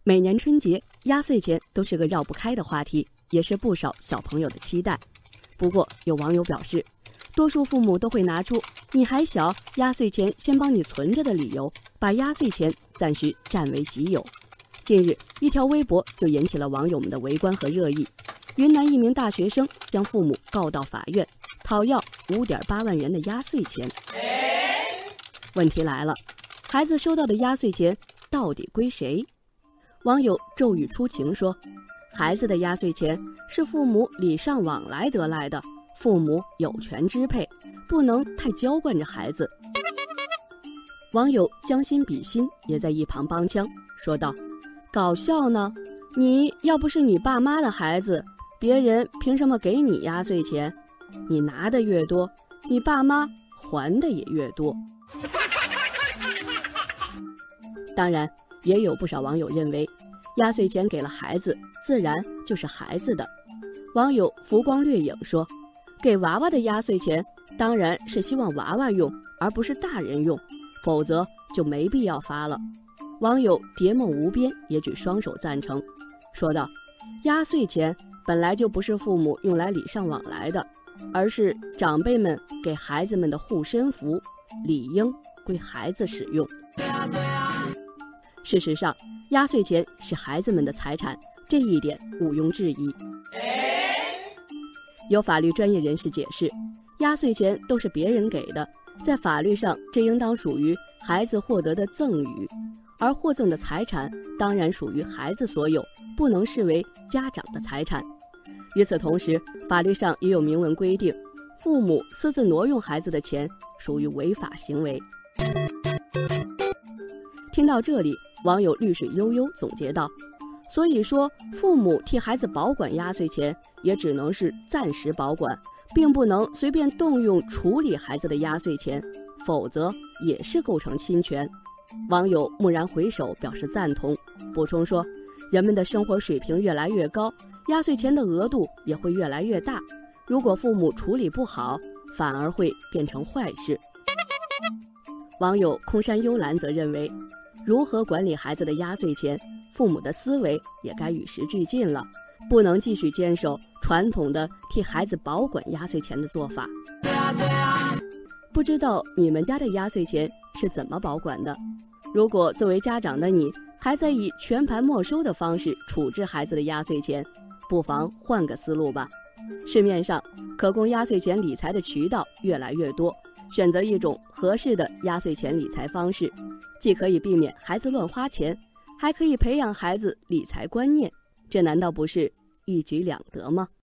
每年春节，压岁钱都是个绕不开的话题，也是不少小朋友的期待。不过，有网友表示，多数父母都会拿出“你还小，压岁钱先帮你存着”的理由，把压岁钱暂时占为己有。近日，一条微博就引起了网友们的围观和热议。云南一名大学生将父母告到法院，讨要5.8万元的压岁钱。问题来了，孩子收到的压岁钱到底归谁？网友骤雨初晴说，孩子的压岁钱是父母礼尚往来得来的，父母有权支配，不能太娇惯着孩子。网友将心比心也在一旁帮腔说道，搞笑呢，你要不是你爸妈的孩子，别人凭什么给你压岁钱？你拿的越多，你爸妈还的也越多。当然，也有不少网友认为，压岁钱给了孩子，自然就是孩子的。网友浮光掠影说，给娃娃的压岁钱当然是希望娃娃用，而不是大人用，否则就没必要发了。网友蝶梦无边也举双手赞成，说道，压岁钱本来就不是父母用来礼尚往来的，而是长辈们给孩子们的护身符，理应归孩子使用。事实上，压岁钱是孩子们的财产，这一点毋庸置疑。有法律专业人士解释，压岁钱都是别人给的，在法律上这应当属于孩子获得的赠与，而获赠的财产当然属于孩子所有，不能视为家长的财产。与此同时，法律上也有明文规定，父母私自挪用孩子的钱属于违法行为。听到这里，网友绿水悠悠总结道，所以说父母替孩子保管压岁钱也只能是暂时保管，并不能随便动用处理孩子的压岁钱，否则也是构成侵权。网友蓦然回首表示赞同，补充说，人们的生活水平越来越高，压岁钱的额度也会越来越大，如果父母处理不好，反而会变成坏事。网友空山幽兰则认为，如何管理孩子的压岁钱，父母的思维也该与时俱进了，不能继续坚守传统的替孩子保管压岁钱的做法。不知道你们家的压岁钱是怎么保管的？如果作为家长的你还在以全盘没收的方式处置孩子的压岁钱，不妨换个思路吧。市面上可供压岁钱理财的渠道越来越多，选择一种合适的压岁钱理财方式，既可以避免孩子乱花钱，还可以培养孩子理财观念，这难道不是一举两得吗？